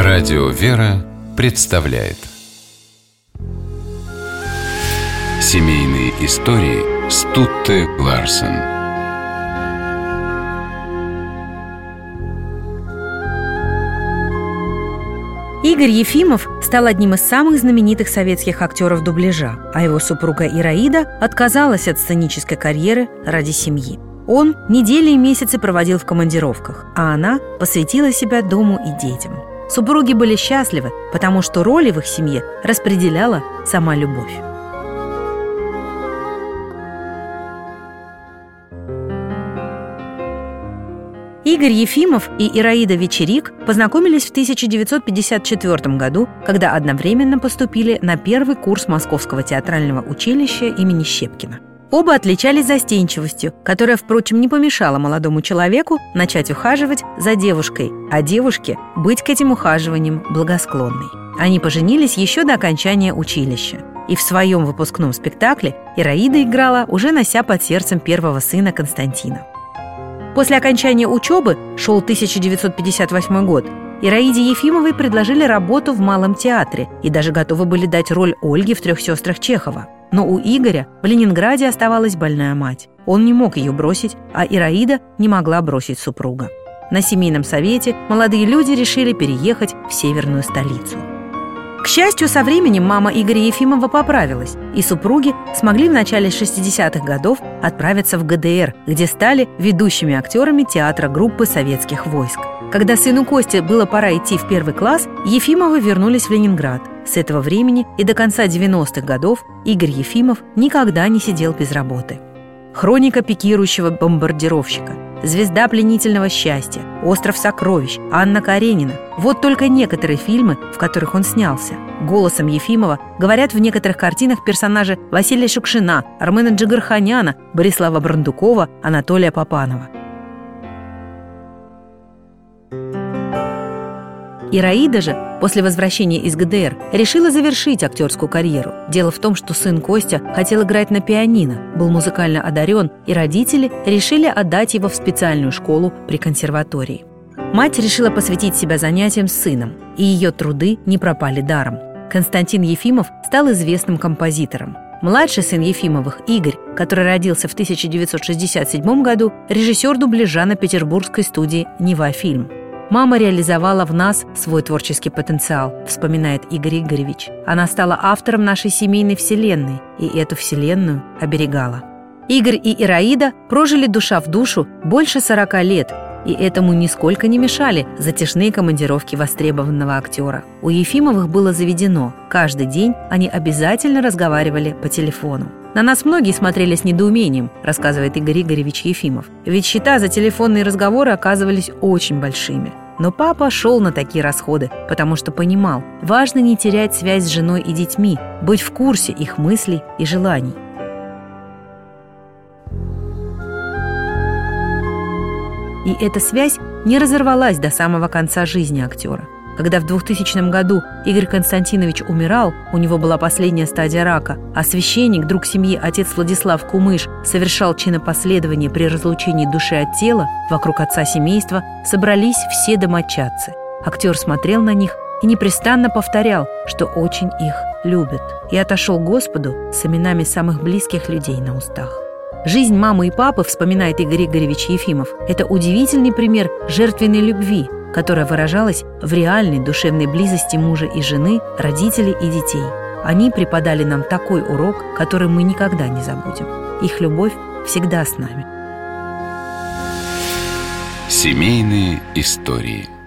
Радио «Вера» представляет семейные истории Стутте Ларсен. Игорь Ефимов стал одним из самых знаменитых советских актеров дубляжа, а его супруга Ираида отказалась от сценической карьеры ради семьи. Он недели и месяцы проводил в командировках, а она посвятила себя дому и детям. Супруги были счастливы, потому что роли в их семье распределяла сама любовь. Игорь Ефимов и Ираида Вечерик познакомились в 1954 году, когда одновременно поступили на первый курс Московского театрального училища имени Щепкина. Оба отличались застенчивостью, которая, впрочем, не помешала молодому человеку начать ухаживать за девушкой, а девушке быть к этим ухаживаниям благосклонной. Они поженились еще до окончания училища. И в своем выпускном спектакле Ираида играла, уже нося под сердцем первого сына Константина. После окончания учебы, шел 1958 год, Ираиде Ефимовой предложили работу в Малом театре и даже готовы были дать роль Ольги в «Трех сестрах» Чехова. Но у Игоря в Ленинграде оставалась больная мать. Он не мог ее бросить, а Ираида не могла бросить супруга. На семейном совете молодые люди решили переехать в северную столицу. К счастью, со временем мама Игоря Ефимова поправилась, и супруги смогли в начале 60-х годов отправиться в ГДР, где стали ведущими актерами театра группы советских войск. Когда сыну Косте было пора идти в первый класс, Ефимовы вернулись в Ленинград. С этого времени и до конца 90-х годов Игорь Ефимов никогда не сидел без работы. «Хроника пикирующего бомбардировщика», «Звезда пленительного счастья», «Остров сокровищ», «Анна Каренина» – вот только некоторые фильмы, в которых он снялся. Голосом Ефимова говорят в некоторых картинах персонажи Василия Шукшина, Армена Джигарханяна, Борислава Брандукова, Анатолия Папанова. Ираида же после возвращения из ГДР решила завершить актерскую карьеру. Дело в том, что сын Костя хотел играть на пианино, был музыкально одарен, и родители решили отдать его в специальную школу при консерватории. Мать решила посвятить себя занятиям с сыном, и ее труды не пропали даром. Константин Ефимов стал известным композитором. Младший сын Ефимовых, Игорь, который родился в 1967 году, режиссер дубляжа на петербургской студии «Нева-фильм». «Мама реализовала в нас свой творческий потенциал», вспоминает Игорь Игоревич. «Она стала автором нашей семейной вселенной, и эту вселенную оберегала». Игорь и Ираида прожили душа в душу больше 40 лет, и этому нисколько не мешали затяжные командировки востребованного актера. У Ефимовых было заведено: каждый день они обязательно разговаривали по телефону. «На нас многие смотрели с недоумением», рассказывает Игорь Игоревич Ефимов, ведь счета за телефонные разговоры оказывались очень большими. Но папа шел на такие расходы, потому что понимал, важно не терять связь с женой и детьми, быть в курсе их мыслей и желаний. И эта связь не разорвалась до самого конца жизни актера. Когда в 2000 году Игорь Константинович умирал, у него была последняя стадия рака, а священник, друг семьи, отец Владислав Кумыш, совершал чинопоследование при разлучении души от тела, вокруг отца семейства собрались все домочадцы. Актер смотрел на них и непрестанно повторял, что очень их любит, и отошел к Господу с именами самых близких людей на устах. Жизнь мамы и папы, вспоминает Игорь Игоревич Ефимов, это удивительный пример жертвенной любви, которая выражалась в реальной душевной близости мужа и жены, родителей и детей. Они преподали нам такой урок, который мы никогда не забудем. Их любовь всегда с нами. Семейные истории.